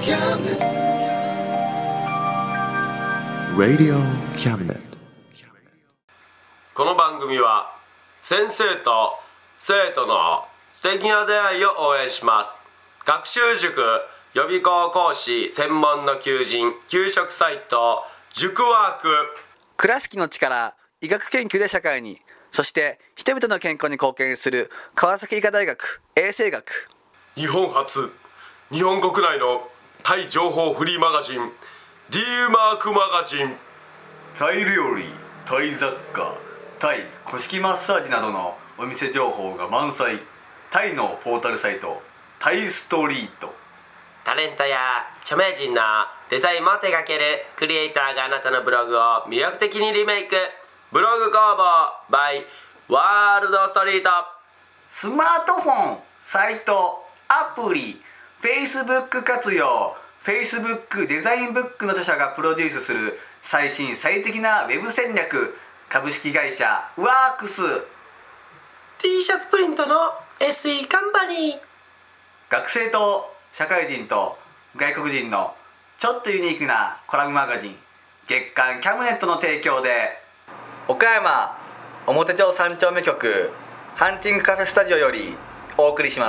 Radio Cabinet。 この番組は先生と生徒の素敵な出会いを応援します。学習塾予備校講師専門の求人・給食サイト塾ワーク。 倉敷の力、医学研究で社会に、そして人々の健康に貢献する川崎医科大学衛生学。 日本初、日本国内のタイ情報フリーマガジン D マークマガジン。 タイ料理、タイ雑貨、タイ古式マッサージなどのお店情報が満載。タイのポータルサイトタイストリート。 タレントや著名人のデザインも手掛けるクリエイターがあなたのブログを魅力的にリメイク。ブログ工房 by ワールドストリート。 スマートフォン、サイト、アプリ、Facebook 活用。 Facebook デザインブックの著者がプロデュースする最新最適なウェブ戦略。株式会社ワークス。 T シャツプリントの SE カンパニー。 学生と社会人と外国人のちょっとユニークなコラムマガジン月刊キャムネットの提供で、岡山表町3丁目局ハンティングカフェスタジオよりお送りします。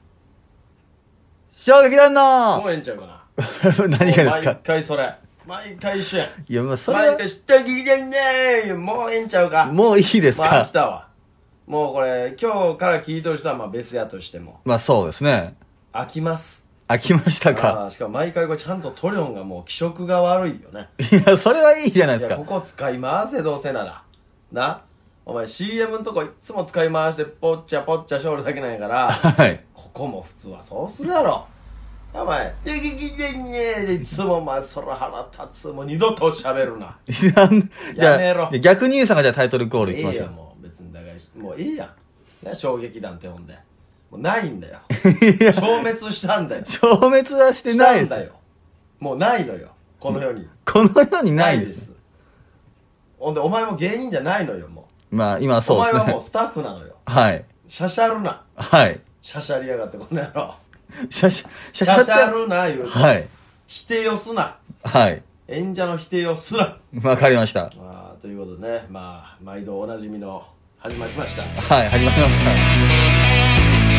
衝撃弾のもうええんちゃうかな何がですか。 毎回それ毎回一緒やん。 いや、まあそれは毎回衝撃弾ねもうええんちゃうか。 もういいですまあ飽かき。たわ。もうこれ今日から聞いとる人はまあ別やとしてもまあそうですね。 飽きます。 飽きましたか。 ああしかも毎回これちゃんとトリョンがもう気色が悪いよね。 いや、それはいいじゃないいやですか。 ここ使い回せどうせならな。お前 CM のとこいつも使い回してポッチャポッチャしょるだけなんやからはいここも普通はそうするやろ。お前「でききでんね」いつもお前そら腹立つ。もう二度と喋るな。 じゃやめろあ逆にゆうさんがじゃあタイトルコールいええよきましょう。 もう別にだからもういいやんね。衝撃弾ってほんでもうないんだよ消滅したんだよ。 消滅はしてないです。 したんだよ。もうないのよこの世に。 この世にないです。 ほんでお前も芸人じゃないのよ。もまあ今うお前そうですね。 はもうスタッフなのよ。 はい。 しゃしゃるな。 はい。 しゃしゃりやがってこの野郎。 しゃししゃしゃる。 るな言うて、 はい。 否定をすな。 はい。 演者の否定をすな。 わかりました。 ということでねまあ毎度おなじみの始まりました。 はい、始まりました。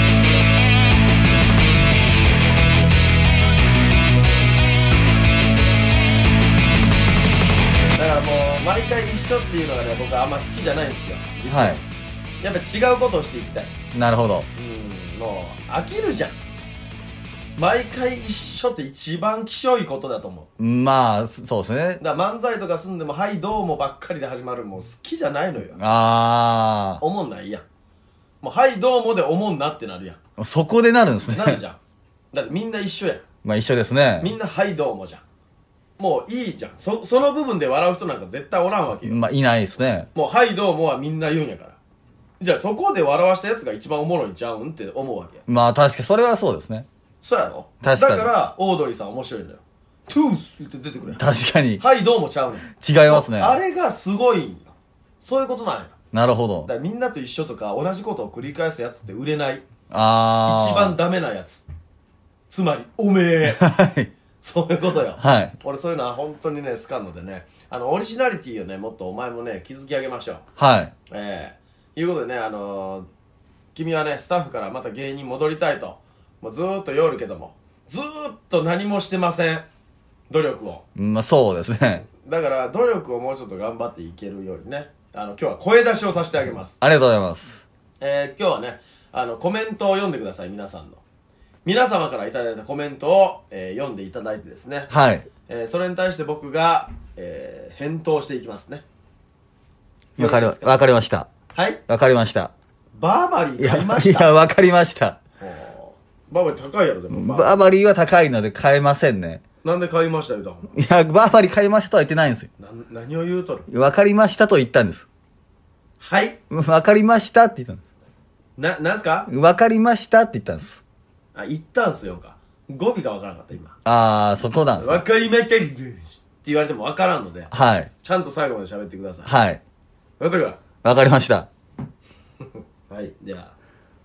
だからもう毎回一緒っていうのがね僕はあんま好きじゃないんですよ。実はい。 やっぱ違うことをしていきたい。 なるほど。 もう飽きるじゃん。毎回一緒って一番きしょいことだと思う。 まあ、そうですね。 だから漫才とかすんでもはいどうもばっかりで始まるもう好きじゃないのよ。 あおもんないやん。もうはいどうもでおもんなってなるやん。 ー。そこでなるんですね。 なるじゃん。だってみんな一緒やん。 まあ一緒ですね。 みんなはいどうもじゃん。もういいじゃん。その部分で笑う人なんか絶対おらんわけよ。 まあいないですね。 もうはいどうもはみんな言うんやから。じゃあそこで笑わしたやつが一番おもろいんちゃうんって思うわけ。 まあ確かにそれはそうですね。 そうやろ。 確かにだからオードリーさん面白いんだよ。トゥースって出てくるやん。 確かに。 はいどうもちゃうねん。 違いますね。 あれがすごいんよ。そういうことなんや。 なるほどだか。らみんなと一緒とか同じことを繰り返すやつって売れない。 あー。 一番ダメなやつ。つまりおめえ。 はい。 そういうことよ。 はい。 俺そういうのは本当にね好かんのでね、オリジナリティをねもっとお前もね築き上げましょう。 はい。 いうことでね君はねスタッフからまた芸人戻りたいともうずーっと言おるけどもずーっと何もしてません。努力を。 まあそうですね。 だから努力をもうちょっと頑張っていけるようにね今日は声出しをさせてあげます。 ありがとうございます。 今日はねコメントを読んでください。皆さんの皆様からいただいたコメントを、読んでいただいてですね、 はい。 それに対して僕が、返答していきますね。 わかりました。 はい。 わかりました。 バーバリー買いまいした。 や、わかりました。 バーバリー高いやろでも。 バーバリーは高いので買えませんね。 なんで買いましたよだもん。 いや、バーバリー買いましたとは言ってないんですよ。 何を言うとる。 わかりましたと言ったんです。 はいわかりましたって言ったんでなんすか。 す。わかりましたって言ったんです。 言ったんすよか。語尾がわからなかった今。 あー、そこなんですね。 わかりましたって言われてもわからんので、 はい。 ちゃんと最後まで喋ってください。 はい。 わかるか。 わかりました。 はい。では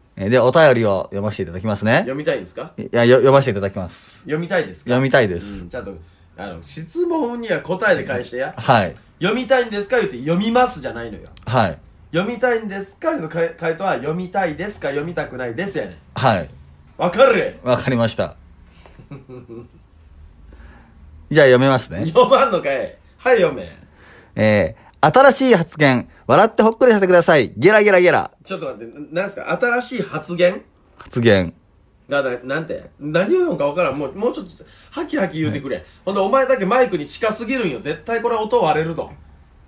で、お便りを読ませていただきますね。 読みたいんですか？ いや、読ませていただきます。 読みたいですか？ 読みたいです。 ちゃんと、質問には答えで返してや。 はい。 読みたいんですか言って読みますじゃないのよ。 はい。 読みたいんですかの回答は読みたいですか読みたくないですやねん。 はい。 わかる？ わかりました。じゃあ読めますね。 読まんのかい。はい、読め。 新しい発言、笑ってほっこりさせてください。ゲラゲラゲラ。 ちょっと待って、なんすか新しい発言？ 発言。 なんて何を言うのかわからん。もうちょっと、ハキハキ言うてくれ。ほんで、お前だけマイクに近すぎるんよ。絶対これ音割れると。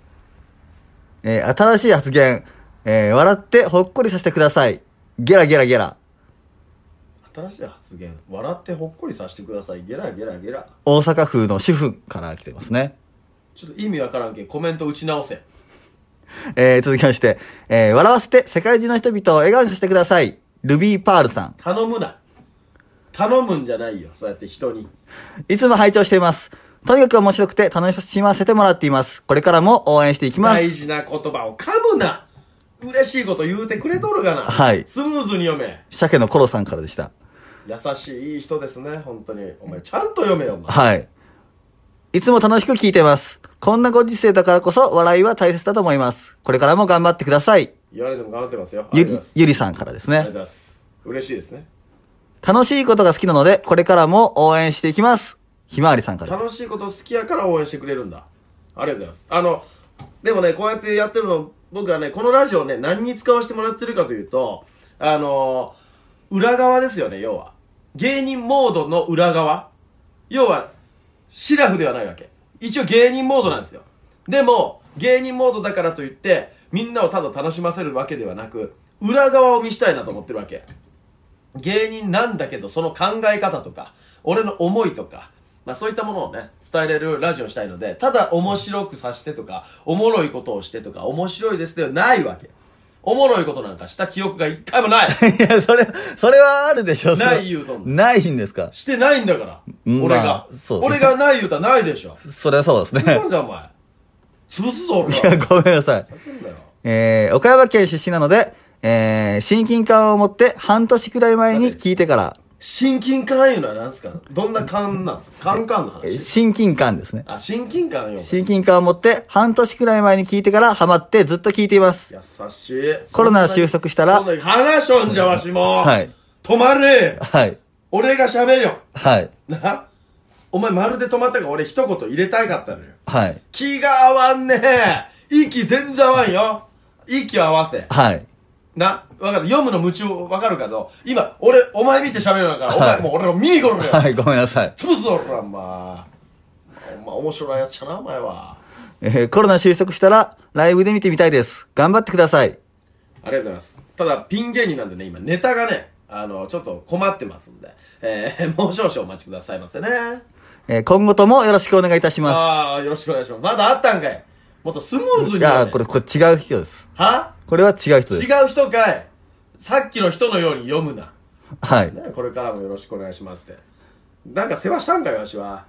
新しい発言、笑ってほっこりさせてください。ゲラゲラゲラ。 新しい発言、笑ってほっこりさせてください。ゲラゲラゲラ。 大阪府の主婦から来てますね。 ちょっと意味わからんけん、コメント打ち直せ。 続きまして、笑わせて世界中の人々を笑顔にさせてください。ルビーパールさん。 頼むな。頼むんじゃないよ。そうやって人に。 いつも拝聴しています。とにかく面白くて楽しませてもらっています。これからも応援していきます。 大事な言葉を噛むな。嬉しいこと言うてくれとるがな。 はい。 スムーズに読め。 鮭のコロさんからでした。 優しいいい人ですね。本当に。お前ちゃんと読めよ、お前。 はい。いつも楽しく聞いています。こんなご時世だからこそ笑いは大切だと思います。これからも頑張ってください。 言われても頑張ってますよ。 ゆりさんからですね。 ありがとうございます。嬉しいですね。 楽しいことが好きなので、これからも応援していきます。ひまわりさんから。 楽しいこと好きやから応援してくれるんだ。ありがとうございます。でもね、こうやってやってるの、僕はね、このラジオね、何に使わせてもらってるかというと、裏側ですよね、要は。芸人モードの裏側。要は、シラフではないわけ。一応芸人モードなんですよ。でも、芸人モードだからといって、みんなをただ楽しませるわけではなく、裏側を見したいなと思ってるわけ。芸人なんだけど、その考え方とか、俺の思いとか、まあそういったものをね、伝えれるラジオにしたいので、ただ面白くさせてとか、おもろいことをしてとか、面白いですではないわけ。おもろいことなんかした記憶が一回もない。 いや、それはあるでしょ。 ない言うとんの。 ないんですか？ してないんだから。俺が。 まあ、そうですね。 俺がない言うたらないでしょ。 それはそうですね。 なんじゃお前。潰すぞ、俺いや、ごめんなさい。岡山県出身なので、親近感を持って半年くらい前に聞いてから。 親近感いうのは何すか？どんな感なんですか？カンの話？ 親近感ですね。 あ、親近感よ。 親近感を持って半年くらい前に聞いてからハマってずっと聞いています。 優しい。 コロナ収束したら。 そんな話しょんじゃわしも。 はい。 止まれ。 はい。 俺が喋るよ。 はい。 な？お前まるで止まったから俺一言入れたかったのよ。 はい。 気が合わんねえ。息全然合わんよ。息を合わせ。 はい。 わかる。読むの夢中わかるけど、今、お前見て喋るんだから、 はい、 お前もう俺の見いごろよ。 はい、ごめんなさい。 潰すぞ、お前。お前面白いやつやな、お前は。 コロナ収束したら、ライブで見てみたいです。頑張ってください。 ありがとうございます。ただ、ピン芸人なんでね、今、ネタがね、ちょっと困ってますんで、もう少々お待ちくださいませね。 今後ともよろしくお願いいたします。 ああ、よろしくお願いします。まだあったんかい。もっとスムーズに、ね。 いや、これ違う人です。 は？ これは違う人です。 違う人かい。さっきの人のように読むな。 はい。 ね、これからもよろしくお願いしますって。なんか世話したんかよ、わしは。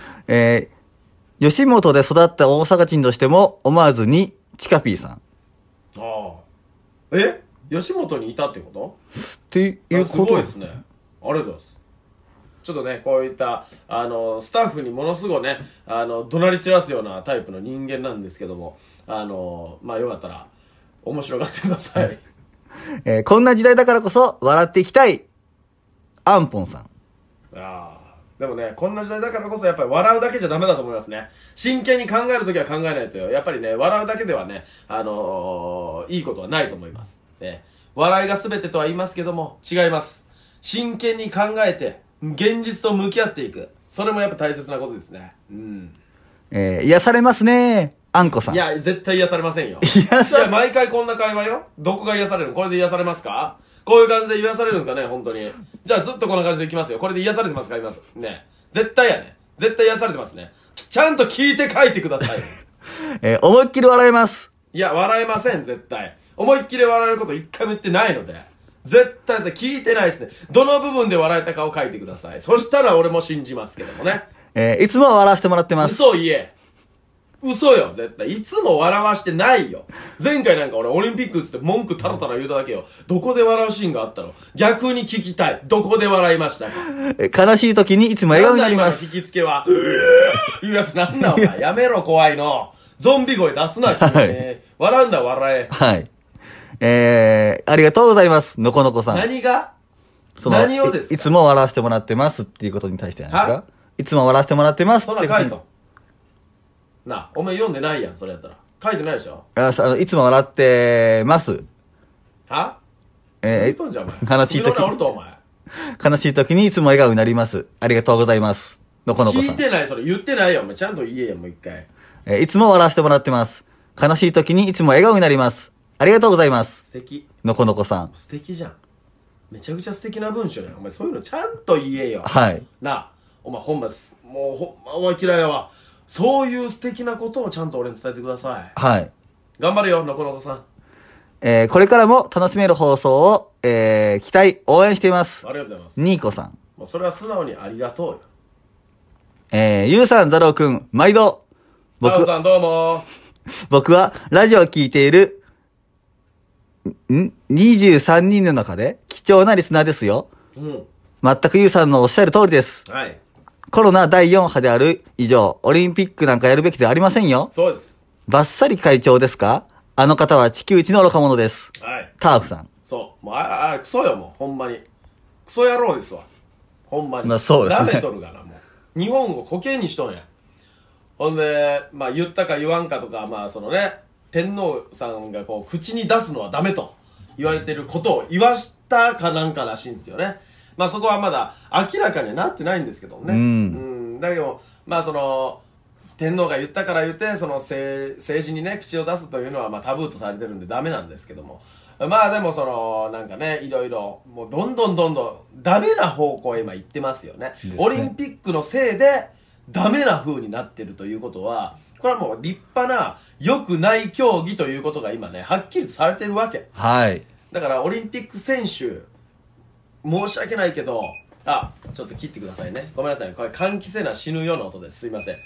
吉本で育った大阪人としても思わずに、チカピーさん。ああ。吉本にいたってことっていうことすごいですね。ありがとうございます。ちょっとね、こういった、スタッフにものすごいね、怒鳴り散らすようなタイプの人間なんですけども、まあ、よかったら、面白がってください。 こんな時代だからこそ、笑っていきたい、アンポンさん。 でもね、こんな時代だからこそ、やっぱり笑うだけじゃダメだと思いますね。真剣に考えるときは考えないとよ。やっぱりね、笑うだけではね、いいことはないと思います。笑いが全てとは言いますけども、違います。真剣に考えて、現実と向き合っていく。それもやっぱ大切なことですね。うん。 癒されますね。あんこさん。 いや、絶対癒されませんよ。 癒されいや、毎回こんな会話よ。どこが癒されるの？これで癒されますか？こういう感じで癒されるんですかね、本当に。じゃあずっとこんな感じでいきますよ。これで癒されてますか？今ね。絶対やね。絶対癒されてますね。ちゃんと聞いて書いてください。 思いっきり笑えます。 いや、笑えません、絶対。思いっきり笑えること一回も言ってないので。絶対ですね、聞いてないですね。どの部分で笑えたかを書いてください。そしたら俺も信じますけどもね。 いつも笑わせてもらってます。 嘘言え。 嘘よ、絶対。いつも笑わしてないよ。前回なんか俺オリンピックつって文句タラタラ言うただけよ。どこで笑うシーンがあったの？逆に聞きたい。どこで笑いましたか？ 悲しい時にいつも笑顔になります。 なんだ今の聞きつけは。いうやつなんだお前。やめろ、怖いの。ゾンビ声出すな、君。笑うんだ、笑え。 はい。ありがとうございます。のこのこさん。 何がその何をですか？ いつも笑わせてもらってますっていうことに対してなんですか？いつも笑わせてもらってますってそんなん書いと。なあ、お前読んでないやん、それやったら。書いてないでしょ？ いつも笑ってます。 は？言っとんじゃん、お前。 悲しい時いろんなおると、お前。 悲しい時にいつも笑顔になります。ありがとうございます。のこのこさん。 聞いてない、それ言ってないよ、お前。ちゃんと言えよ、もう一回。 いつも笑わせてもらってます。悲しい時にいつも笑顔になります。ありがとうございます。 素敵。 のこのこさん。 素敵じゃん。めちゃくちゃ素敵な文章やん。お前そういうのちゃんと言えよ。 はい。 なあ、お前ほんま、もうほんまお前嫌いやわ。そういう素敵なことをちゃんと俺に伝えてください。 はい。 頑張るよ、のこのこさん。 これからも楽しめる放送を、期待、応援しています。 ありがとうございます。 ニーコさん。 もうそれは素直にありがとうよ。 ゆうさん、ザローくん、毎度。 ザロさんどうも。 僕は、ラジオを聞いている、23人の中で、貴重なリスナーですよ。 うん。 全くゆうさんのおっしゃる通りです。 はい。 コロナ第4波である以上、オリンピックなんかやるべきではありませんよ。 そうです。 バッサリ会長ですか？あの方は地球一の愚か者です。 はい。 ターフさん。 そう。もうクソよ、もう。ほんまに。クソ野郎ですわ。ほんまに。 まあそうですね。 舐めとるがな、もう。日本を固形にしとんや。ほんで、まあ言ったか言わんかとか、まあそのね、天皇さんがこう、口に出すのはダメと言われてることを言わしたかなんからしいんですよね。まあそこはまだ明らかにはなってないんですけどね。だけど、まあその、天皇が言ったから言って、その政治にね、口を出すというのはまあタブーとされてるんでダメなんですけども。まあでもその、なんかね、いろいろ、もうどんどんダメな方向へ今行ってますよね。オリンピックのせいでダメな風になってるということは、これはもう立派な良くない競技ということが今ね、はっきりとされてるわけ。 はい。 だからオリンピック選手、申し訳ないけど、ちょっと切ってくださいね。ごめんなさいね。これ換気せな死ぬような音です。すいません。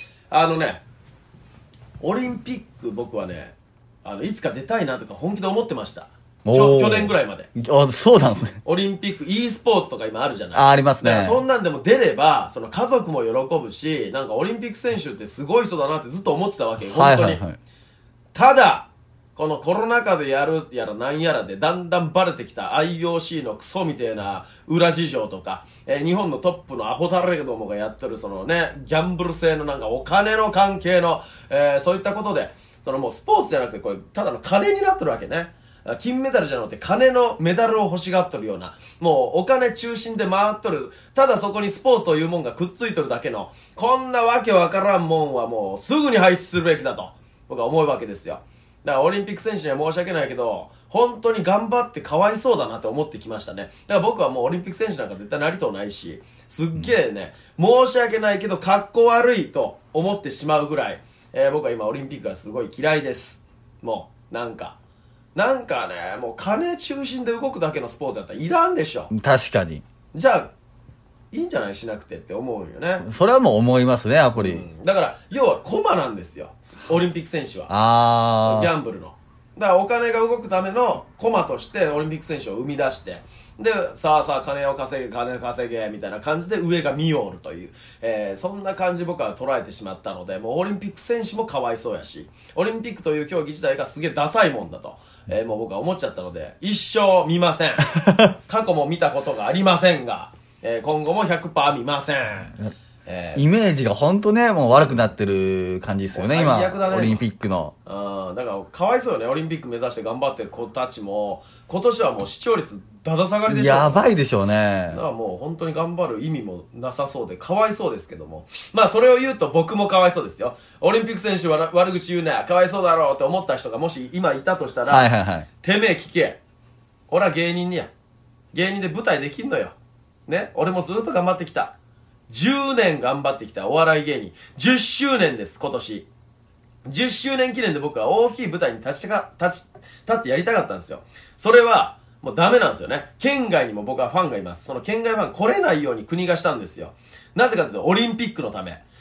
オリンピック僕はね、いつか出たいなとか本気で思ってました。去年ぐらいまで。 そうなんですね。 オリンピック、e スポーツとか今あるじゃない。 ありますね。 だからそんなんでも出れば、その家族も喜ぶし、なんかオリンピック選手ってすごい人だなってずっと思ってたわけ。本当に。ただ、このコロナ禍でやるやらなんやらでだんだんバレてきた IOC のクソみたいな裏事情とか、日本のトップのアホだれどもがやってるそのね、ギャンブル性のなんかお金の関係の、そういったことで、そのもうスポーツじゃなくてこれただの金になってるわけね。金メダルじゃなくて金のメダルを欲しがっとるような、もうお金中心で回っとる、ただそこにスポーツというもんがくっついとるだけの、こんなわけわからんもんはもうすぐに廃止するべきだと、僕は思うわけですよ。だからオリンピック選手には申し訳ないけど、本当に頑張ってかわいそうだなって思ってきましたね。だから僕はもうオリンピック選手なんか絶対なりとうないし、すっげえね、申し訳ないけど格好悪いと思ってしまうぐらい、僕は今オリンピックがすごい嫌いです。もう、なんかね、もう金中心で動くだけのスポーツだったらいらんでしょ。 確かに。 じゃあ、いいんじゃないしなくてって思うよね。 それはもう思いますね、アプリ。 だから、要はコマなんですよ。オリンピック選手は。ギャンブルの。だからお金が動くためのコマとしてオリンピック選手を生み出して、で、さあ金を稼げ、みたいな感じで上が見よるという、そんな感じ僕は捉えてしまったので、もうオリンピック選手もかわいそうやし、オリンピックという競技自体がすげえダサいもんだと、もう僕は思っちゃったので、一生見ません。過去も見たことがありませんが、今後も 100% 見ません。 イメージが本当ね、もう悪くなってる感じですよね、今。オリンピックの。 だから、かわいそうよね。オリンピック目指して頑張ってる子たちも、今年はもう視聴率だだ下がりでしょ。 やばいでしょうね。 だからもう本当に頑張る意味もなさそうで、かわいそうですけども。まあ、それを言うと僕もかわいそうですよ。オリンピック選手は悪口言うね、かわいそうだろうって思った人がもし今いたとしたら、てめえ聞け。俺は芸人にや。芸人で舞台できんのよ。ね。俺もずっと頑張ってきた。10年頑張ってきたお笑い芸人。10周年です、今年。10周年記念で僕は大きい舞台に立ってやりたかったんですよ。それは、もうダメなんですよね。県外にも僕はファンがいます。その県外ファン来れないように国がしたんですよ。なぜかというと、オリンピックのため。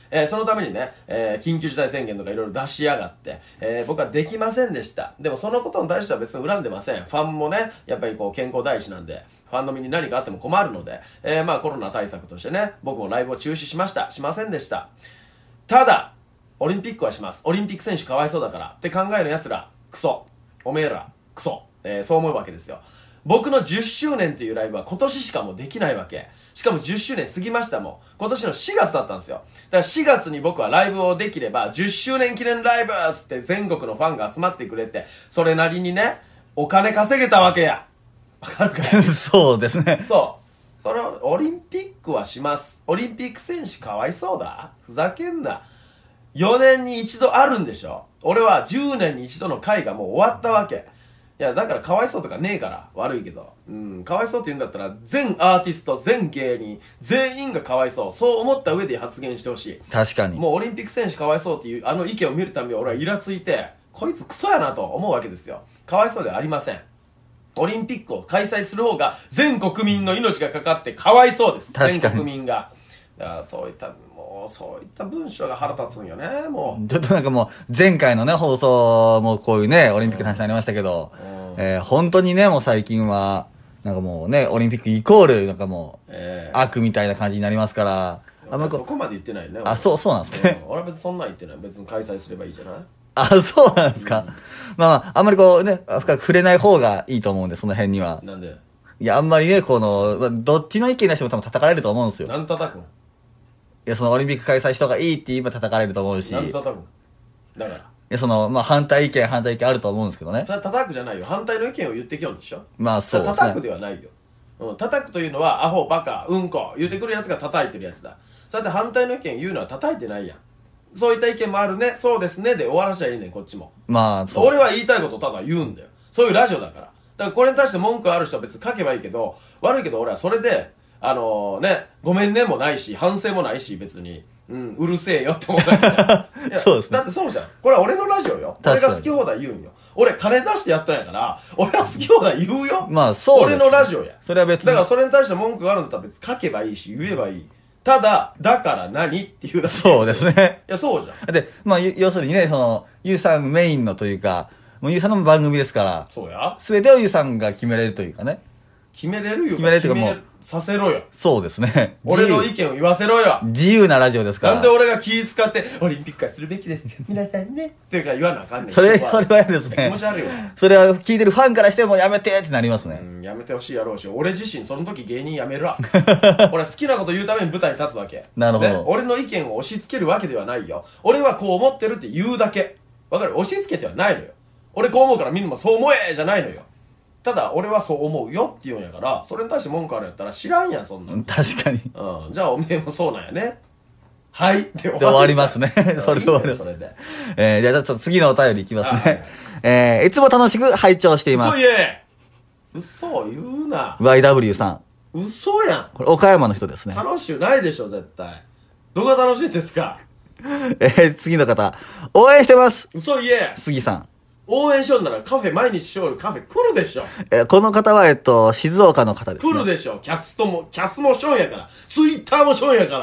そのためにね、緊急事態宣言とかいろいろ出しやがって、僕はできませんでした。でもそのことに対しては別に恨んでません。ファンもね、やっぱりこう健康第一なんで、ファンの身に何かあっても困るので、まあコロナ対策としてね、僕もライブを中止しました。しませんでした。ただ、オリンピックはします。オリンピック選手かわいそうだからって考える奴ら、クソ。おめえら、クソ。そう思うわけですよ。僕の10周年というライブは今年しかもうできないわけ。しかも10周年過ぎましたもん。今年の4月だったんですよ。だから4月に僕はライブをできれば、10周年記念ライブつって全国のファンが集まってくれて、それなりにね、お金稼げたわけや。わかるかい？ そうですね。 そう。それを、オリンピックはします。オリンピック選手かわいそうだ？ふざけんな。4年に一度あるんでしょ。俺は10年に一度の会がもう終わったわけ。いや、だからかわいそうとかねえから。悪いけど。かわいそうって言うんだったら、全アーティスト、全芸人、全員がかわいそう。そう思った上で発言してほしい。 確かに。 もうオリンピック選手かわいそうっていう、あの意見を見るたびに俺はイラついて、こいつクソやなと思うわけですよ。かわいそうではありません。オリンピックを開催する方が、全国民の命がかかってかわいそうです。 確かに。 全国民が。だからそういった文章が腹立つんよね、もう。 ちょっとなんかもう、前回のね、放送もこういうね、オリンピックの話になりましたけど、本当にね、もう最近は、なんかもうね、オリンピックイコール、なんかもう、悪みたいな感じになりますから、 そこまで言ってないね。 あ、そうなんですね。 俺は別にそんなん言ってない。別に開催すればいいじゃない？ あ、そうなんですか。まあまあ、あんまりこうね、深く触れない方がいいと思うんで、その辺には。 なんで？ いや、あんまりね、どっちの意見出しても多分叩かれると思うんですよ。 なんで叩くん？ いや、そのオリンピック開催した方がいいって言えば叩かれると思うし。 なんで叩くん？だから。 いや、まあ、反対意見あると思うんですけどね。 それは叩くじゃないよ。反対の意見を言ってきよんでしょ？ まあ、そうですね。 叩くではないよ。叩くというのは、アホ、バカ、うんこ、言ってくるやつが叩いてるやつだ。そうやって反対の意見言うのは叩いてないやん。そういった意見もあるね、そうですね、で終わらしゃいいねん、こっちも。 まあ、そう。 俺は言いたいことをただ言うんだよ。そういうラジオだから。だからこれに対して文句ある人は別に書けばいいけど、悪いけど俺はそれで、ごめんねもないし、反省もないし、別に。うるせえよって思ったら。 そうですね。 だってそうじゃん。これは俺のラジオよ。俺が好き放題言うんよ。俺金出してやったんやから、俺は好き放題言うよ。 まあそうです。 俺のラジオや。 それは別に。 だからそれに対して文句があるんだったら別に書けばいいし、言えばいい。ただ、だから何っていうだけ。 そうですね。 いや、そうじゃん。 で、まあ、要するにね、ゆうさんメインのというか、もうゆうさんの番組ですから、 そうや。 すべてをゆうさんが決めれるというかね。 決めれるよ。 決めれるというかもう。 させろよ。 そうですね。 俺の意見を言わせろよ。 自由なラジオですから。 なんで俺が気使って、オリンピックはするべきです。皆さんね。っていうか言わなあかんねん。 それは嫌ですね。 気持ち悪いわ。 それは聞いてるファンからしてもやめてってなりますね。 やめてほしいやろうし、俺自身その時芸人やめるわ。俺好きなこと言うために舞台に立つわけ。 なるほど。 俺の意見を押し付けるわけではないよ。俺はこう思ってるって言うだけ。わかる？押し付けてはないのよ。俺こう思うからみんなもそう思えじゃないのよ。ただ俺はそう思うよって言うんやから、それに対して文句あるんやったら知らんやん、そんなん。 確かに。 じゃあおめえもそうなんやね。はいって終わりますね。それで終わります。 それで。 じゃあちょっと次のお便りいきますね。いつも楽しく拝聴しています。 嘘言え！嘘言うな。 YW さん。嘘やん。 これ岡山の人ですね。 楽しくないでしょ、絶対。どこが楽しいですか？ 次の方。応援してます。 嘘言え！ 杉さん。 応援しよんならカフェ毎日しよるカフェ来るでしょ。 この方は静岡の方ですね。 来るでしょ。キャスもションやから。ツイッターもションやから。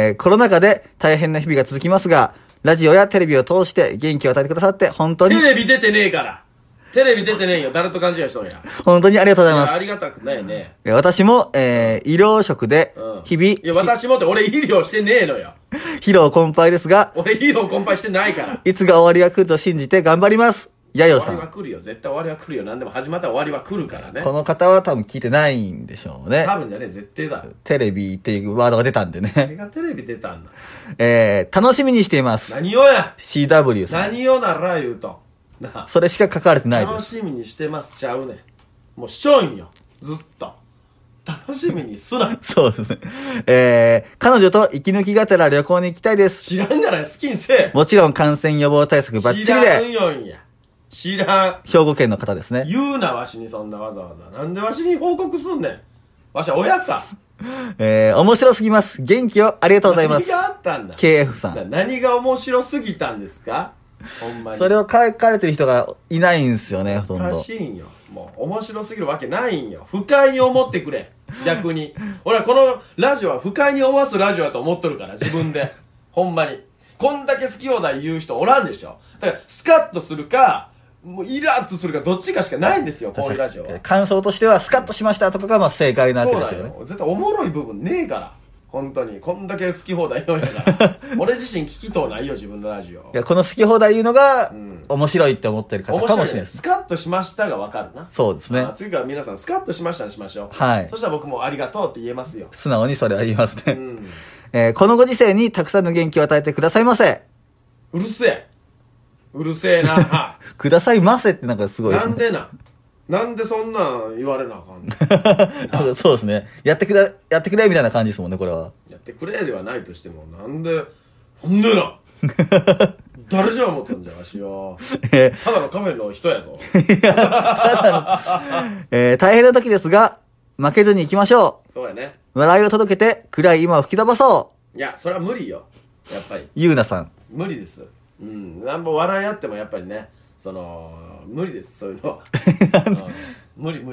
コロナ禍で大変な日々が続きますが、ラジオやテレビを通して元気を与えてくださって本当に。 テレビ出てねえから。テレビ出てねえよ。誰と勘違いしとんや。 本当にありがとうございます。 ありがたくないね。 私も、医療職で、日々。いや、私もって俺医療してねえのよ。 疲労困憊ですが。 俺疲労困憊してないから。 いつが終わりが来ると信じて頑張ります。やよさん。 終わりは来るよ。絶対終わりは来るよ。何でも始まったら終わりは来るからね。 この方は多分聞いてないんでしょうね。 多分じゃねえ、絶対だ。 テレビっていうワードが出たんでね。 誰がテレビ出たんだ。 楽しみにしています。 何をや CW さん。 何をなら言うと。 それしか書かれてないです。 楽しみにしてますちゃうねん。もうしちょんよ。ずっと。楽しみにすな。 そうですね。彼女と息抜きがてら旅行に行きたいです。 知らんがな、好きにせえ。 もちろん感染予防対策バッチリで。知らんよんや。知らん。 兵庫県の方ですね。 言うな、わしにそんなわざわざ。なんでわしに報告すんねん。わしは親か。 面白すぎます。元気をありがとうございます。 何があったんだ。 KF さん。 何が面白すぎたんですか？ ほんまにそれを書かれてる人がいないんですよね、ほとんおど。 かしいんよ。もう面白すぎるわけないんよ。不快に思ってくれ。逆に。俺はこのラジオは不快に思わすラジオだと思っとるから、自分で。ほんまに。こんだけ好き放題言う人おらんでしょ。だから、スカッとするか、もうイラッとするか、どっちかしかないんですよ、こういうラジオは。 感想としてはスカッとしましたとかがまあ正解なわけそうですよね。 なんよ。絶対おもろい部分ねえから。本当に。こんだけ好き放題言うんやから。俺自身聞きとうないよ、自分のラジオ。 いや、この好き放題言うのがん面白いって思ってる方面白いね。 かもしれないです。 スカッとしましたがわかるな。 そうですね。 次から皆さんスカッとしましたにしましょう。 はいそしたら僕もありがとうって言えますよ。 素直にそれは言いますね。 うん。 このご時世にたくさんの元気を与えてくださいませ。 うるせえ。うるせえな。 くださいませってなんかすごいですね。 なんでな。なんでそんなん言われなあかんのなんかそうですね。やってくれみたいな感じですもんね、これは。 やってくれではないとしても、なんでな。誰じゃ思ったんじゃわしよ。 えただのカフェの人やぞ。 大変な時ですが、負けずに行きましょそうやね。 う。笑いを届けて、暗い今を吹き飛ばそいや、それは無理よ。やっぱり。 う。ゆうなさん。 無理です。うん。なんぼ笑いあってもやっぱりね、無理です、そういうのは。無理。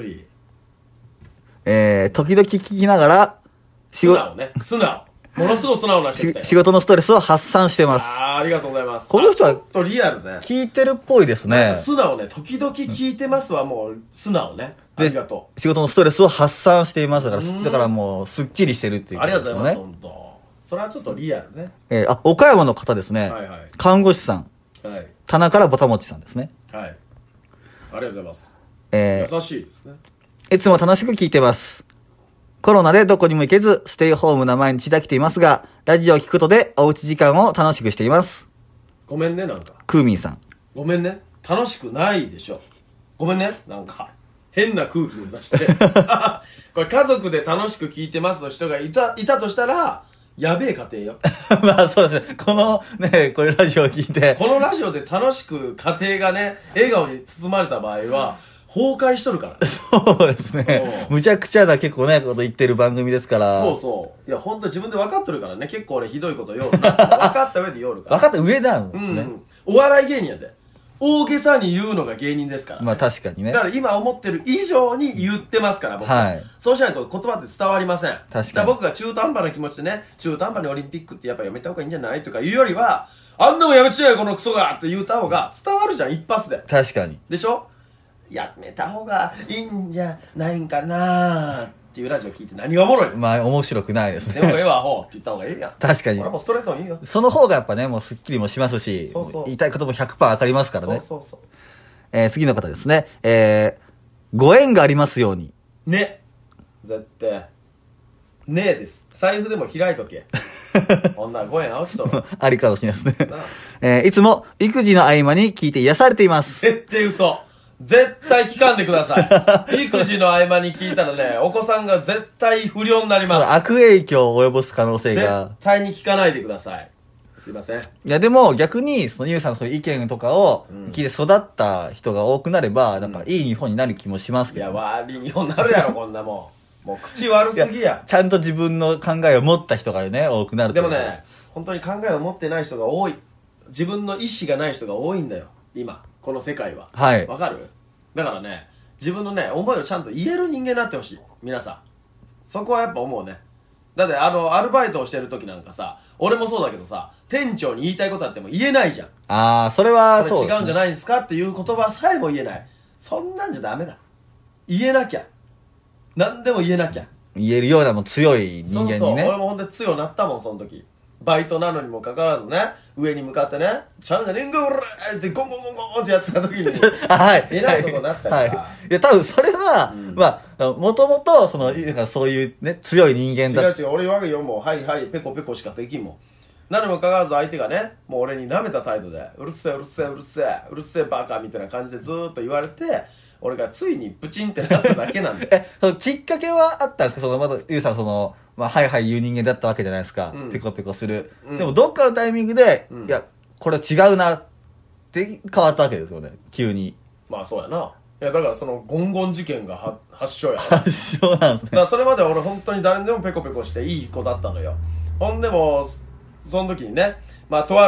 時々聞きながら、 素直ね。素直。ものすごい素直な人来たよ。 仕事のストレスを発散してます。 ありがとうございます。 この人はちょっとリアルね。 聞いてるっぽいですね。 素直ね。時々聞いてますはもう素直ね。ありがと仕事のストレスを発散していますから、だからもう、すっきりしてるってう。 いうありがとうございます、 ね。 本当。それはちょっとリアルね。 岡山の方ですね。 はいはい看護師さん。 はい。 棚からぼたもちさんですね。 はい。ありがとうございます。 優優しいですね。 いつも楽しく聞いてます。コロナでどこにも行けず、ステイホームな毎日できていますが、ラジオを聞くことでおうち時間を楽しくしています。 ごめんね、なんか。 クーミンさん。 ごめんね。楽しくないでしょ。ごめんね。なんか、変な空気に出して。これ家族で楽しく聞いてますの人がいたとしたら、やべえ家庭よ。 まあそうですね。このね、これラジオを聞いて。 このラジオで楽しく家庭がね、笑顔に包まれた場合は、崩壊しとるから。 そうですね。むちゃくちゃな結構ね、こと言ってる番組ですから。 そうそう。いや、ほんと自分で分かっとるからね。結構俺ひどいこと言おるな。分かった上で言おるから。 分かった上なんですね。 うん。お笑い芸人やで。大げさに言うのが芸人ですから、ね。 まあ確かにね。 だから今思ってる以上に言ってますから、僕は。 はい。 そうしないと言葉って伝わりません。 確かに。 だから僕が中途半端な気持ちでね、中途半端にオリンピックってやっぱやめた方がいいんじゃないとか言うよりは、あんなもんやめちゃえよこのクソがって言った方が伝わるじゃん、一発で。 確かに。 でしょ？やめた方がいいんじゃないんかなーっていうラジオ聞いて何がおもろいの？ まあ面白くないですでもえね。 えわ、ほうって言った方がいいやん。 確かに。 俺もストレートにいいよ。 その方がやっぱね、もうスッキリもしますし、 そうそう言いたいことも 100% わかりますからね。 そう。 次の方ですね。ご縁がありますように。 ね。絶対。ねえです。財布でも開いとけ。こんな5円落ちとる。 ありかもしれないですね。いつも育児の合間に聞いて癒されています。 絶対嘘。絶対聞かんでください。育児の合間に聞いたらね、お子さんが絶対不良になります。 悪影響を及ぼす可能性絶が。 対に聞かないでください。すいません。 いやでも逆に、そのゆうさんのそういう意見とかを聞いて育った人が多くなれば、なんかいい日本になる気もしますいや、 けど、 悪い日本になるやろ、こんなもん。もう口悪すぎや。 ちゃんと自分の考えを持った人がね、多くなるというでもね、本当に考えを持ってない人が多い。自分の意思がない人が多いんだよ。今、この世界は。 はいわかる？だからね、自分のね、思いをちゃんと言える人間になってほしい。皆さん。そこはやっぱ思うね。だってアルバイトをしてる時なんかさ、俺もそうだけどさ、店長に言いたいことあっても言えないじゃん。 ああ、それはこれそうです、ね。 違うんじゃないですかっていう言葉さえも言えない。そんなんじゃダメだ。言えなきゃ。何でも言えなきゃ。 言えるようなもう強い人間にね。 そうそう。俺もほんと強くなったもん、その時。バイトなのにもかかわらずね、上に向かってね、ちゃうんじゃねえんか、俺ってゴンゴンゴンゴンってやってた時に、 はい。 えらいことになったから。 はい。いや、多分それは、まあ、もともと、なんかそういうね、強い人間だ。 違う違う、俺言うわけよ、もう、はいはい、ペコペコしかできんもん。なのにもかかわらず相手がね、もう俺に舐めた態度で、うるせえ、うるせえ、うるせえ、うるせえバカみたいな感じでずーっと言われて、俺がついにプチンってなっただけなんで。 そのきっかけはあったんですかまだ、ゆうさんまあ、はいはい言う人間だったわけじゃないですか。ペコペコする。でも、どっかのタイミングで、いや、これ違うなって変わったわけですよね。急に。 まあそうやな。いや、だからそのゴンゴン事件が発祥やな。 発祥なんですね。 だからそれまでは俺本当に誰にでもペコペコしていい子だったのよ。ほんでも、その時にね、まあとある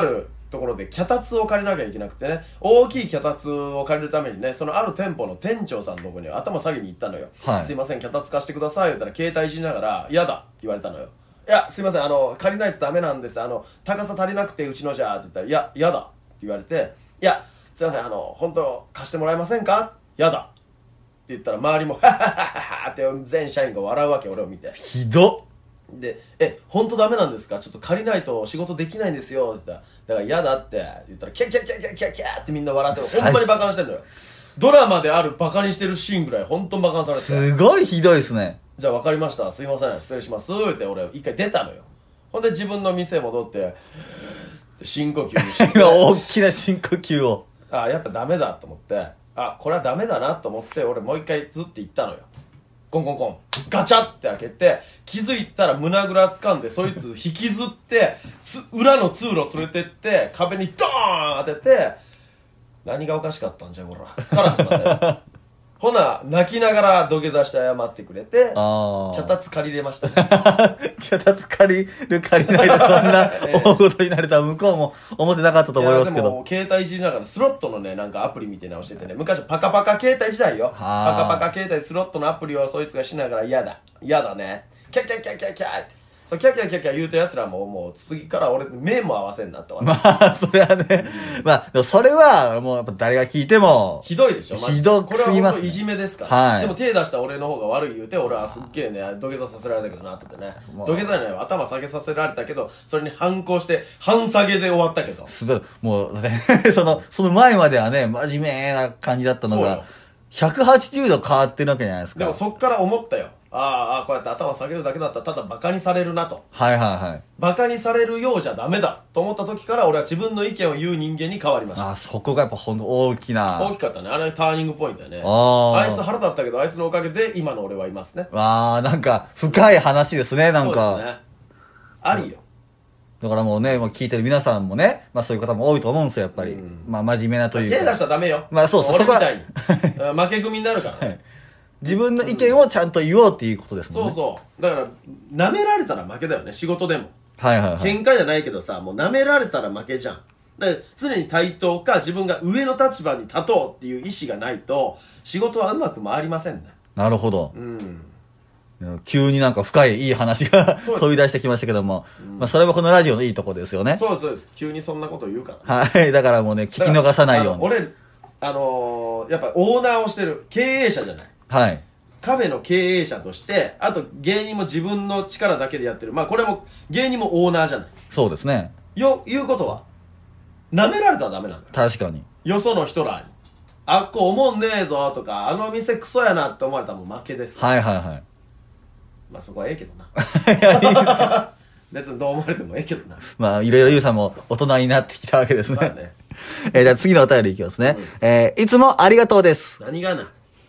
ところで脚立を借りなきゃいけなくてね、大きい脚立を借りるためにね、そのある店舗の店長さんのとこに頭下げに行ったのよ。 はいすいません、脚立貸してください言ったら、携帯いじりながら、嫌だって言われたのよ。いや、すいません、借りないとダメなんです。高さ足りなくて、うちのじゃ、って言ったら、いや、嫌だって言われて、いや、すいません、本当貸してもらえませんか？嫌だって言ったら、周りも、ははははって全社員が笑うわけ、俺を見て。 ひどっ。 で、本当ダメなんですか？ちょっと借りないと仕事できないんですよって言ったら、だから嫌だって言ったら、キャッキャッキャッキャッキャッキャッってみんな笑ってる。ほんまにバカにしてんのよ。ドラマであるバカにしてるシーンぐらい本当にバカにされて。 すごいひどいですね。 じゃあ分かりました。すいません。失礼します。って俺一回出たのよ。ほんで自分の店戻って、深呼吸して。 大きな深呼吸を。 やっぱダメだと思って、これはダメだなと思って、俺もう一回ずって行ったのよ。コンコンコン。ガチャって開けて、気づいたら胸ぐら掴んで、そいつ引きずって、裏の通路連れてって、壁にドーン当てて、何がおかしかったんじゃこら。から始まったよ。ほな、泣きながら土下座して謝ってくれて、脚立借りれましたね。 脚立借りる借りないでそんな大事になれたら向こうも思ってなかったと思いますけど。 でも携帯いじりながらスロットのね、なんかアプリみたいなのをしててね、昔パカパカ携帯時代よ。パカパカ携帯スロットのアプリをそいつがしながら嫌だね。キャッキャッキャッキャッキャッって。そう、キャッキャッキャッキャ言うた奴らもう次から俺目も合わせんなってまあ、それはね。まあ、でもそれはもうやっぱ誰が聞いても。 ひどいでしょ、 ひどくすぎますね。 これは本当いじめですから。 はい。 でも手出した俺の方が悪い言うて、俺はすっげえね、土下座させられたけどなってね。土下座じゃないわ、頭下げさせられたけど、それに反抗して、半下げで終わったけど。 もうね、その前まではね、真面目な感じだったのが、180度変わってるわけじゃないですか。 でもそっから思ったよ。こうやって頭下げるだけだったらただバカにされるなと。 はいはいはい。 バカにされるようじゃダメだと思った時から俺は自分の意見を言う人間に変わりました。 そこがやっぱほんと大きかったね。あれターニングポイントだね。 あいつ腹立ったけどあいつのおかげで今の俺はいますね。 なんか深い話ですね、なんか。 そうですね。ありよ。 だからもうね、聞いてる皆さんもね、そういう方も多いと思うんですよ、やっぱり。真面目なというか。 手出したらダメよ。 そうそう、 俺みたいに。負け組になるからね。 自分の意見をちゃんと言おうっていうことですもんね。 そうだから舐められたら負けだよね、仕事でも。 はいはいはい。 喧嘩じゃないけどさ、もう舐められたら負けじゃん。だから常に対等か自分が上の立場に立とうっていう意思がないと仕事はうまく回りませんね。 なるほど。急になんか深いいい話が飛び出してきましたけども、それもこのラジオのいいとこですよね。 そうです。急にそんなこと言うから、 ね。はい。だからもうね、聞き逃さないように。 俺やっぱオーナーをしてる経営者じゃない。 はい。 カフェの経営者として、あと芸人も自分の力だけでやってる。これも芸人もオーナーじゃない。 そうですね。 言うことは、舐められたらダメなんだよ。 確かに。 よその人らに。おもんねえぞとか、店クソやなって思われたらもう負けです。 はいはいはい。 そこはええけどな。別にどう思われてもええけどな。 いろいろゆうさんも大人になってきたわけですね。 そうね。 じゃあ次のお便りいきますね。いつもありがとうです。 何が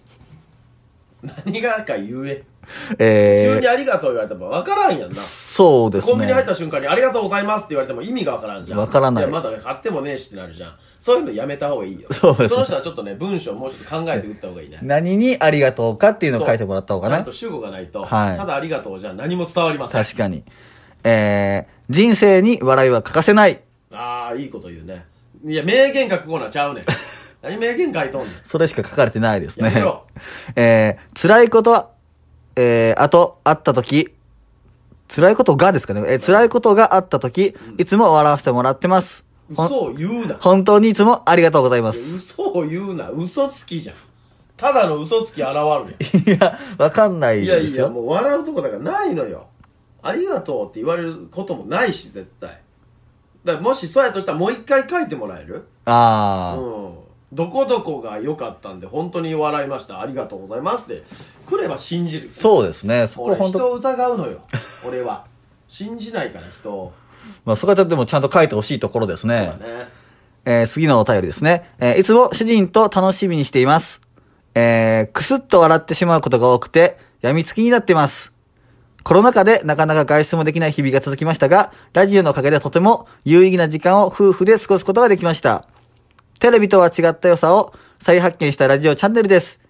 か言え。急にありがとう言われても分からんやんな。 そうですね。 コンビニ入った瞬間にありがとうございますって言われても意味が分からんじゃん。 分からない。 まだ買ってもねえしってなるじゃん。そういうのやめた方がいいよ。 そうですね。 その人はちょっとね、文章もうちょっと考えて打った方がいいね。 何にありがとうかっていうのを書いてもらった方がね。 ちゃんと主語がないと、ただありがとうじゃ何も伝わりません。 確かに。人生に笑いは欠かせない。 いいこと言うね。いや、名言書くコーナーちゃうねん。何名言書いとんねん。 それしか書かれてないですね。 やめろ。 辛いことは、あったとき、辛いことがですかね。辛いことがあったとき、いつも笑わせてもらってます。 嘘を言うな。 本当にいつもありがとうございます。 嘘を言うな。嘘つきじゃん。ただの嘘つき現るやん。いや、わかんないですよ。 いや、もう笑うとこだからないのよ。ありがとうって言われることもないし、絶対。だからもしそうやとしたらもう一回書いてもらえる？どこどこが良かったんで本当に笑いました。ありがとうございますって来れば信じる。 そうですね。 そこ本当人を疑うのよ。俺は信じないから人を。 そこはでもちゃんと書いてほしいところですね。 そうだね。 次のお便りですね。いつも主人と楽しみにしています。くすっと笑ってしまうことが多くて病みつきになっています。コロナ禍でなかなか外出もできない日々が続きましたが、ラジオのおかげでとても有意義な時間を夫婦で過ごすことができました。テレビとは違った良さを再発見したラジオチャンネルです。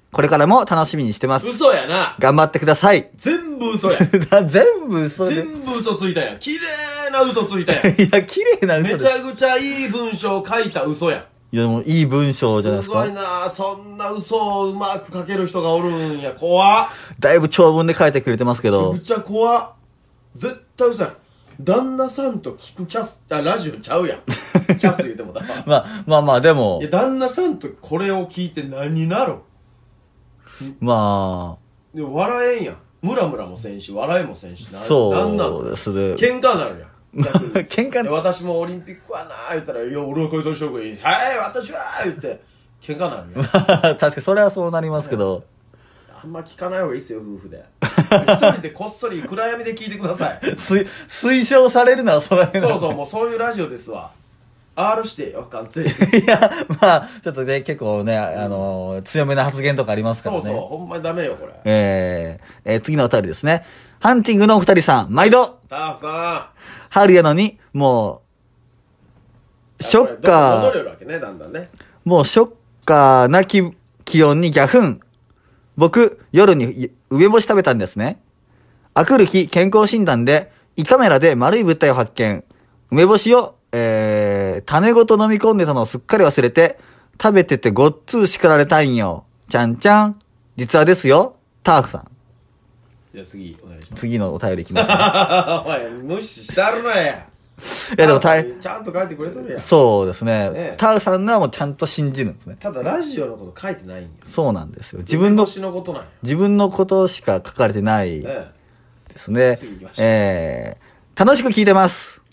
これからも楽しみにしてます。 嘘やな。 頑張ってください。 全部嘘や。 全部嘘で。 全部嘘ついたやん。綺麗な嘘ついたやん。 いや、綺麗な嘘です。 めちゃくちゃいい文章を書いた嘘やん。 いや、もういい文章じゃないですか。 すごいな。そんな嘘をうまく書ける人がおるんや。怖っ。 だいぶ長文で書いてくれてますけど。 めちゃくちゃ怖っ。絶対嘘やん。旦那さんと聞くラジオちゃうやん。キャス言うてもだ。 まあ、でもいや、。旦那さんとこれを聞いて何になるん。 まあ。 でも笑えんやん。ムラムラもせんし、笑いもせんし。 そうですね。 喧嘩になるやん。 喧嘩で私もオリンピックはなー言ったら、いや、俺は解散した方がいい。はい、私は言って、喧嘩になるやん。 確かにそれはそうなりますけど。 あんま聞かない方がいいっすよ、夫婦で。一人でこっそり暗闇で聞いてください。 推奨されるのはその辺そうそう、もうそういうラジオですわ。R してよ、完全に。 いや、まあ、ちょっとね、結構ね、強めな発言とかありますからね。 そうそう、ほんまにダメよ、これ。 次のお便りですね。ハンティングのお二人さん、毎度タフさ春やのに、もう、 ん。 ショッカ戻れるわけね、だんだんね。 もうショッカーな気温にギャフン。僕、夜に梅干し食べたんですね。あくる日、健康診断で、胃カメラで丸い物体を発見。梅干しを、種ごと飲み込んでたのをすっかり忘れて、食べててごっつー叱られたいんよ。ちゃんちゃん。実はですよ、ターフさん。 じゃあ次、お願いします。 次のお便りいきますね。 お前、無視したるなや。 いやでもちゃんと書いてくれとるやん。 そうですね。 ねターフさんのはもうちゃんと信じるんですね。 ただラジオのこと書いてないんよ。 そうなんですよ。自分のことなんや。 自分のことしか書かれてないですね。 次行きましょう楽しく聞いてます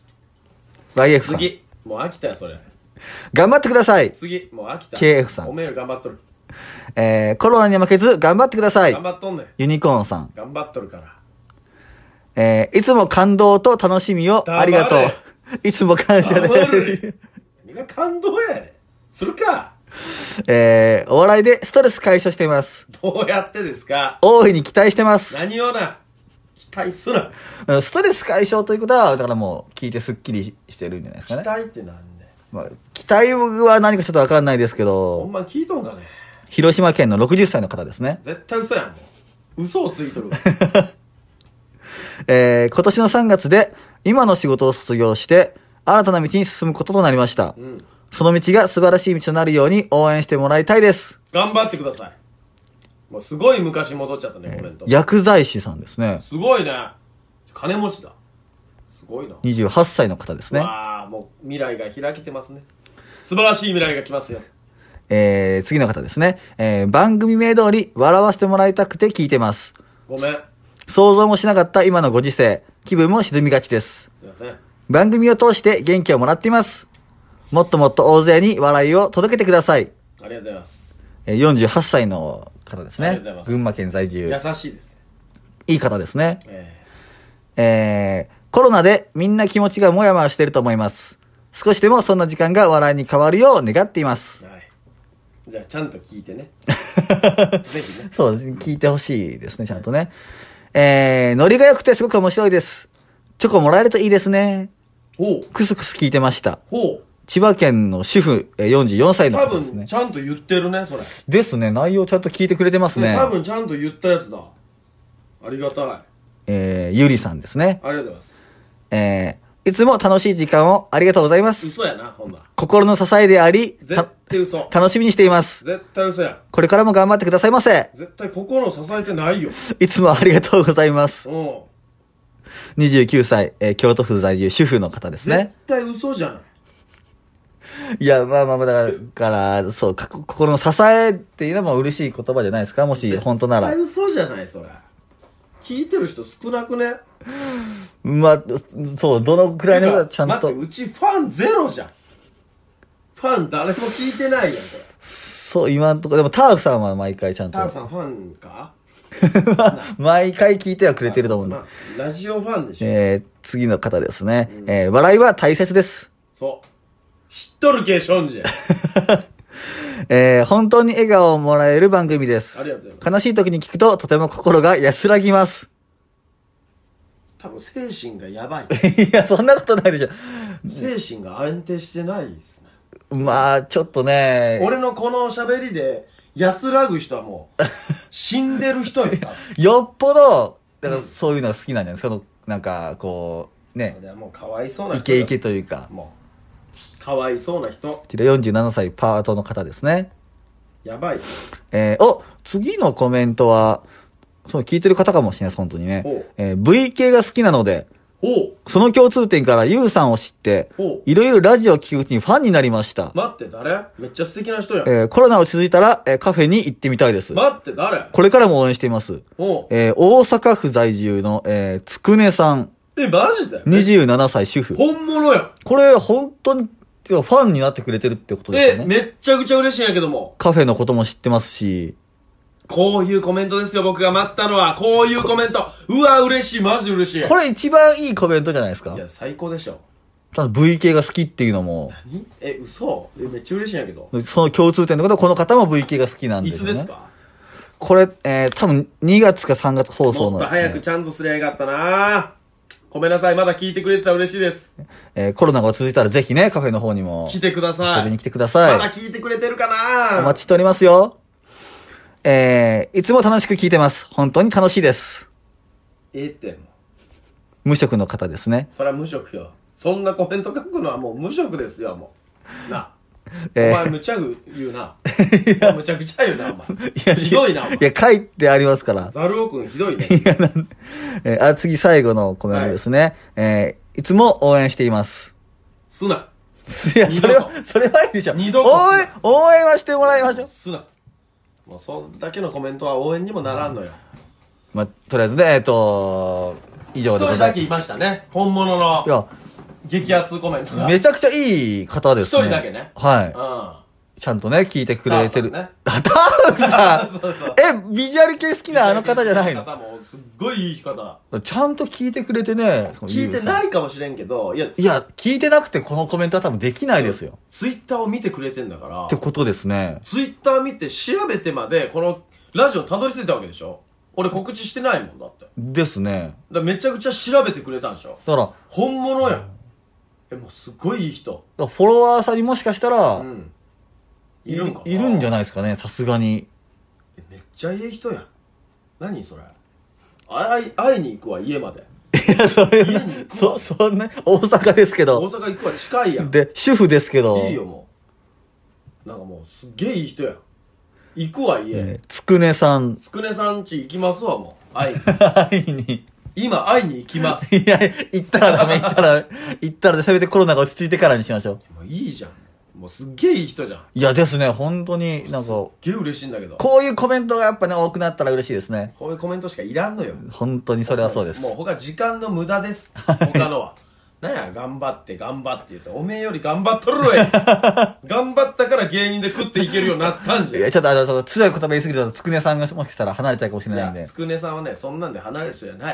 。YF さん。 次。もう飽きたよ、それ。 頑張ってください。 次。もう飽きた。 KF さんおめえより頑張っとる。 コロナに負けず頑張ってください頑。張っとんねん。 ユニコーンさん。 頑張っとるから。 いつも感動と楽しみをありがとう黙。 いつも感謝黙で。 れ。何が感動やねん。するか。 お笑いでストレス解消しています。 どうやってですか。 大いに期待してます。 何をな。期待すな。 ストレス解消ということは、だからもう聞いてスッキリしてるんじゃないです期かね。 待ってなんで。 まあ、期待は何かちょっとわかんないですけほど、 んま聞いとんかね。 広島県の60歳の方ですね。 絶対嘘やん、もう。嘘をついとるわ。 今年の3月で今の仕事を卒業して新たな道に進むこととなりました。その道が素晴らしい道となるように応援してもらいたいです。 頑張ってください。もうすごい昔戻っちゃったね、コメント。 薬剤師さんですね。 すごいね。金持ちだ。すごいな。 28歳の方ですね。 わあ、もう未来が開けてますね。素晴らしい未来が来ますよ。 次の方ですね。番組名通り笑わせてもらいたくて聞いてます。 ごめん。 想像もしなかった今のご時世、気分も沈みがちです。 すいません。 番組を通して元気をもらっています。もっともっと大勢に笑いを届けてください。 ありがとうございます。 48歳の方ですねありがとうござい。ます群馬県在住。 優しいですね。 いい方ですね。コロナでみんな気持ちがもやもやしてると思います。少しでもそんな時間が笑いに変わるよう願っています。 はい。じゃあちゃんと聞いてね。ぜひね。 そうですね。聞いてほしいですね、ちゃんとね。ノリが良くてすごく面白いです。チョコもらえるといいですね。 ほう。 クスクス聞いてました。 ほう。 千葉県の主婦、44歳の多方ですね分ち。ゃんと言ってるね、それ。 ですね。内容ちゃんと聞いてくれてますね。 多分ちゃんと言ったやつだ。ありがたい。 ゆりさんですね。 ありがとうございます。 いつも楽しい時間をありがとうございます。 嘘やな、ほんなら。 心の支えであり、 絶対嘘。 楽しみにしています。 絶対嘘や。 これからも頑張ってくださいませ。 絶対心を支えてないよ。 いつもありがとうございます。 うん。 29歳、京都府在住主婦の方です絶ね。 対嘘じゃない。 いや、まあ、だから、そう、心の支えっていうのも嬉しい言葉じゃないですか、もし本当なら。 絶対嘘じゃない、それ。聞いてる人少なくね。 まあ、そう、どのくらいのちゃんと。 待って、うちファンゼロじゃん。ファン誰も聞いてないやん、これ。 そう、今んとこ、でもターフさんは毎回ちゃんと。 ターさんファンか毎回聞いてはくれてると思うんで。 ラジオファンでしょ。 次の方ですね。笑いは大切です。 そう。知っとるけ、ションジェ。 本当に笑顔をもらえる番組です。 ありがとうござい悲しい時に聞くととても心が安らぎます。 多分精神がやばい。 いや、そんなことないでしょ。 精神が安定してないですね。 まあ、ちょっとね。 俺のこの喋りで安らぐ人はもう、死んでる人やった。 よっぽど、だからそういうのが好きなんじゃないですか。なんか、こう、ね。 それはもうかわいそうな人。 イケイケというか。 もう、かわいそうな人。 こちら47歳パートの方ですね。 やばい。 次のコメントは、そう、聞いてる方かもしれないです、本当にね。V 系が好きなので、その共通点からユウさんを知って、いろいろラジオを聞くうちにファンになりました。 待って、誰？めっちゃ素敵な人やん。 コロナ落ち着いたら、カフェに行ってみたいです。 待って、誰？ これからも応援しています。大阪府在住の、つくねさん。 マジで ？27歳主婦。 本物やん。 これ、本当に、ファンになってくれてるってことですよね。 めっちゃくちゃ嬉しいんやけども。 カフェのことも知ってますし。 こういうコメントですよ、僕が待ったのは。こういうコメント。うわ、嬉しい、マジ嬉しい。 これ一番いいコメントじゃないですか。 いや、最高でしょ。 ただ V 系が好きっていうのも。 何？嘘？めっちゃ嬉しいんやけど。 その共通点のことは、この方も V 系が好きなんですよね。 いつですか？ これ、多分2月か3月放送のですね。 もっと早くちゃんとすりゃよかったな。ごめんなさい、まだ聞いてくれてたら嬉しいです。 コロナが続いたらぜひね、カフェの方にも。 来てください。 遊びに来てください。 まだ聞いてくれてるかな？ お待ちしておりますよ。いつも楽しく聞いてます。本当に楽しいです。 ってもう。 無職の方ですね。 それは無職よ。そんなコメント書くのはもう無職ですよ、もう。な。お前むちゃく言うな。むちゃくちゃ言うな、お前。ひどいな、お前。 いや、書いてありますから。 ザルオくんひどいね。 いや、次最後のコメントですね。いつも応援しています。 すな。 いや、それはいいでしょ。応援はしてもらいましょう。 すな。もうそんだけのコメントは応援にもならんのよ。 まあ、とりあえずね、以上でございます。 一人だけいましたね。本物の。いや、激アツコメントが。 めちゃくちゃいい方ですね。 一人だけね。 はい。ちゃんとね、聞いてくれてる。 ターフさんそう。ビジュアル系好きなあの方じゃないの？ 方もすっごいいい方。 ちゃんと聞いてくれてね。 聞いてないかもしれんけど、 いや、聞いてなくてこのコメントは多分できないですよ。 ツイッターを見てくれてんだから。 ってことですね。 ツイッター見て調べてまで、このラジオたどり着いたわけでしょ？俺告知してないもんだって。 ですね。 めちゃくちゃ調べてくれたんでしょ？ だから、 本物やん。もうすごいいい人。 フォロワーさんにもしかしたら、 いるんかな？ いるんじゃないですかね、さすがに。 めっちゃいい人やん。何それ？会いに行くわ、家まで。 いや、それ、そんな、大阪ですけど。 大阪行くわ、近いやん。 で、主婦ですけど。 いいよ、もう。なんかもう、すっげえいい人やん。行くわ、家。 つくねさん。 つくねさん家行きますわ、もう。会いに。 今、会いに行きます。 いや、行ったらダメ、行ったらせめてコロナが落ち着いてからにしましょう。 もういいじゃん。もうすっげえいい人じゃん。 いやですね、本当になんか。すっげえ嬉しいんだけど。 こういうコメントがやっぱね、多くなったら嬉しいですね。 こういうコメントしかいらんのよ。 本当にそれはそうです。 もう他時間の無駄です。他のは。なんや、頑張って言って、おめえより頑張っとるわい。頑張ったから芸人で食っていけるようになったんじゃん。 いや、ちょっとその強い言葉言い過ぎると、つくねさんがもしかしたら離れちゃうかもしれないんで。 つくねさんはね、そんなんで離れる人じゃない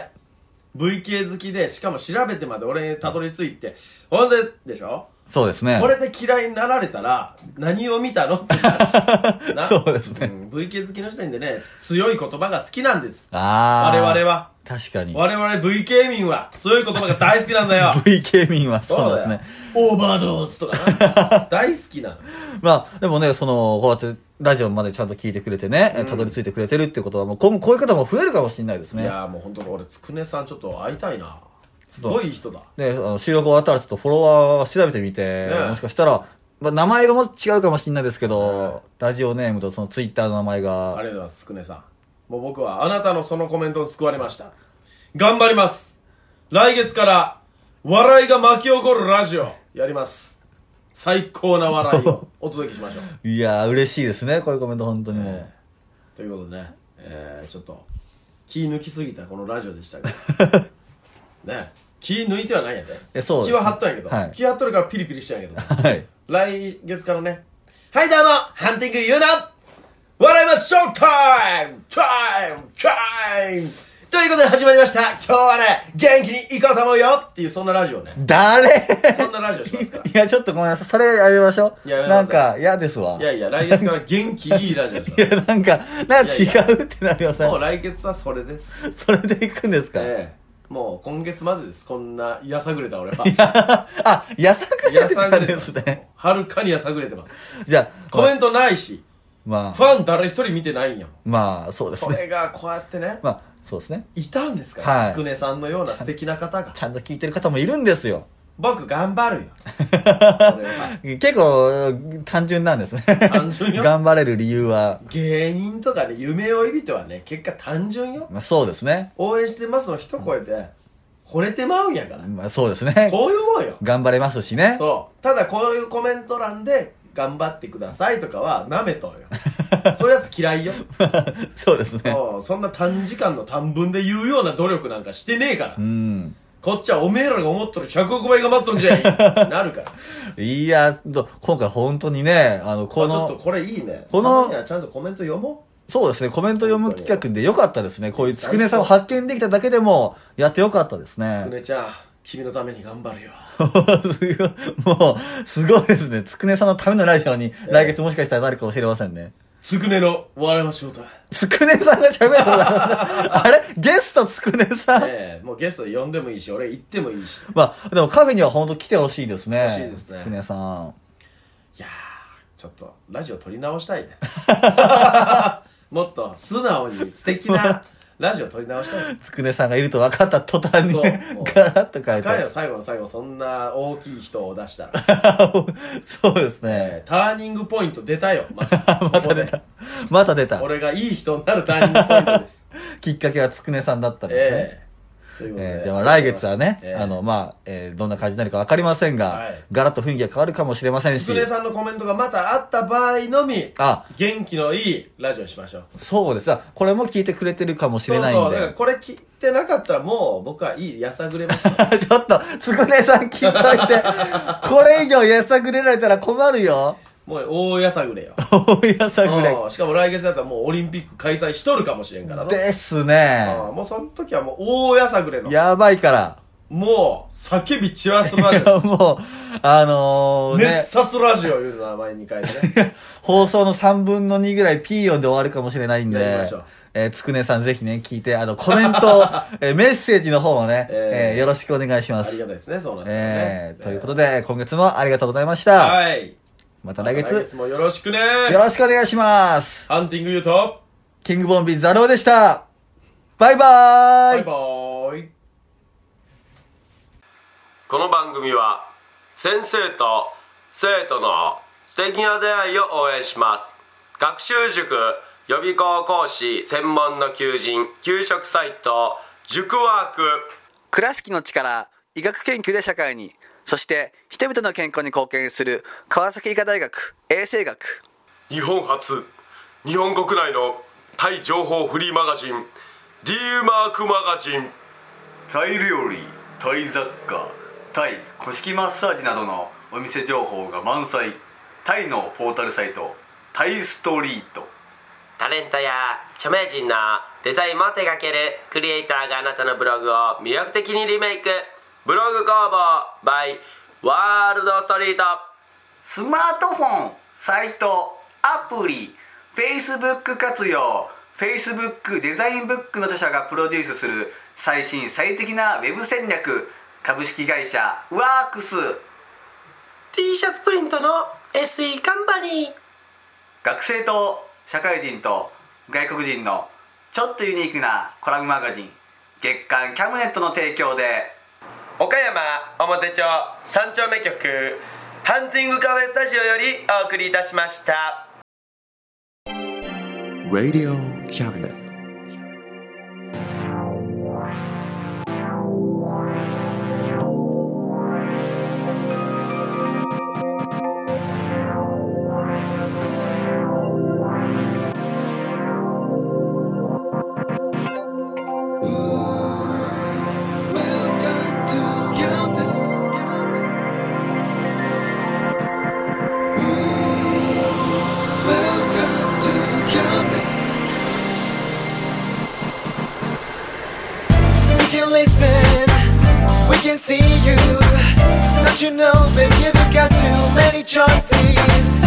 。V 系好きで、しかも調べてまで俺にたどり着いて、ほんで、でしょ？ そうですね。 これで嫌いになられたら、何を見たのってなそうですね、 V 系好きの時点でね、強い言葉が好きなんです。 我 々は。 確かに。 我々 V 系民は、強い言葉が大好きなんだよ。 V 系民はそうですね。 オーバードーズとかな。大好きなの。 まあ、でもね、こうやって、ラジオまでちゃんと聞いてくれてね、たどり着いてくれてるってことは、もう今後こういう方も増えるかもしれないですね。 いやもう本当に俺、つくねさんちょっと会いたいな。すごいいい人だ。 で、収録終わったらちょっとフォロワー調べてみて、もしかしたら、名前がも違うかもしれないですけど、ラジオネームとそのツイッターの名前が。 ありがとうございます、つくねさん。もう僕はあなたのそのコメントに救われました。頑張ります。来月から、笑いが巻き起こるラジオ、やります。最高な笑いをお届けしましょう。 いやー、嬉しいですね、こういうコメント、本当にもう。 ということでね、ちょっと、気抜きすぎたこのラジオでしたけど。ね、気抜いてはないんやで。 そうです、 気は張っとんやけど、 はい、 気張っとるからピリピリしたんやけど。 はい。 来月からね、はいどうも、ハンティング言うな笑いましょうタイムということで始まりました。今日はね、元気に行こうと思うよっていう、そんなラジオね。 誰そんなラジオしますから。 いや、ちょっとごめんなさい。それやめましょう。なんか、嫌ですわ。 いやいや、来月から元気いいラジオします。 いや、なんか違うってなりますね。 もう来月はそれです。 それで行くんですか？ もう今月までです。こんなやさぐれた俺は。 あ、やさぐれてたんですね。 はるかにやさぐれてます。 じゃあコメントないし、 まあファン誰一人見てないんやもん。 まあそうですね。 それがこうやってね、 まあそうですね。 いたんですから、 はいつくねさんのような素敵な方が。 ちゃんと聞いてる方もいるんですよ。 僕頑張るよ。それは結構単純なんですね。 単純よ。 頑張れる理由は。 芸人とかね、夢追い人はね、結果単純よ。 まあそうですね。 応援してますの一声で、惚れてまうんやから。 まあそうですね。 そういうもんよ。 頑張れますしね。 そう。ただこういうコメント欄で、頑張ってくださいとかは、なめとんよ。そういうやつ嫌いよ。 そうですね。 そんな短時間の短文で言うような努力なんかしてねえから。 うん。 こっちはおめえらが思っとる100億倍頑張っとんじゃいなるから。 いや、今回本当にね、 ちょっとこれいいね。 このたまにはちゃんとコメント読もそうですね、コメント読む企画でよかったですね。こういうつくねさんを発見できただけでも、やってよかったですう。 ね。 つくねちゃん、君のために頑張るよ。 もう、すごいですね。つくねさんのためのラジオに、来月もしかしたらなるかもしれませんね。 つくねの笑いましょうと。 つくねさんが喋ることあれゲストつくねさん、 もうゲストで呼んでもいいし、俺行ってもいいし。 まあ、でもカフェには本当来てほしいですね。 欲しいですねつくねさん。 いやー、ちょっと、ラジオ撮り直したいね。もっと素直に素敵なラジオ撮り直したい。 つくねさんがいると分かった途端に、 そうガラッと変えかよ、 て。 最後の最後、そんな大きい人を出したら。 そうですね。 ターニングポイント出たよ。また出た。 また出た。 俺がいい人になるターニングポイントです。 きっかけはつくねさんだったんですね。 ということでじゃあ来月はね、 まどんな感じになるか分かりませんが、 はいガラッと雰囲気が変わるかもしれませんし。 つくねさんのコメントがまたあった場合のみ、元気のいいラジオにしましょう。 そうです。これも聞いてくれてるかもしれないんで。 そうそう、だからこれ聞いてなかったらもう僕はいい、やさぐれますよ。 ちょっと、つくねさん聞いといて、これ以上やさぐれられたら困るよ。 もう大やさぐれよ。 大やさぐれ。 しかも来月だったらもうオリンピック開催しとるかもしれんからな。 ですね。 もうその時はもう大やさぐれの。 やばいから。 もう、叫び散らすラジいや、もう、 熱殺ラジオいうの名前2回でね。 放送の3分の2ぐらいピーヨンで終わるかもしれないんでやりましょう。 つくねさんぜひね、聞いて、コメント、メッセージの方もね、よろしくお願いします。 ありがたいですね、そうなんですね。 ということで、今月もありがとうございました。 はい。 また来月。 来月もよろしくね。 よろしくお願いします。 ハンティングユーと、 キングボンビーザローでした。バイバーイ。 バイバーイ。 この番組は先生と生徒の素敵な出会いを応援します。学習塾予備校講師専門の求人給食サイト塾ワーク。 倉敷の力、医学研究で社会に、そして人々の健康に貢献する川崎医科大学衛生学。 日本初、日本国内のタイ情報フリーマガジン D マークマガジン。 タイ料理、タイ雑貨、タイ古式マッサージなどのお店情報が満載。タイのポータルサイトタイストリート。 タレントや著名人のデザインも手掛けるクリエイターがあなたのブログを魅力的にリメイク。ブログ工房 by ワールドストリート。 スマートフォン、サイト、アプリ、Facebook 活用。 Facebook デザインブックの著者がプロデュースする最新最適なウェブ戦略。株式会社ワークス。 T シャツプリントの SE カンパニー。 学生と社会人と外国人のちょっとユニークなコラムマガジン月刊キャムネットの提供で、 岡山表町3丁目局ハンティングカフェスタジオよりお送りいたしました。 Radio Cabinet. See you, don't you know, baby, you've got too many choices.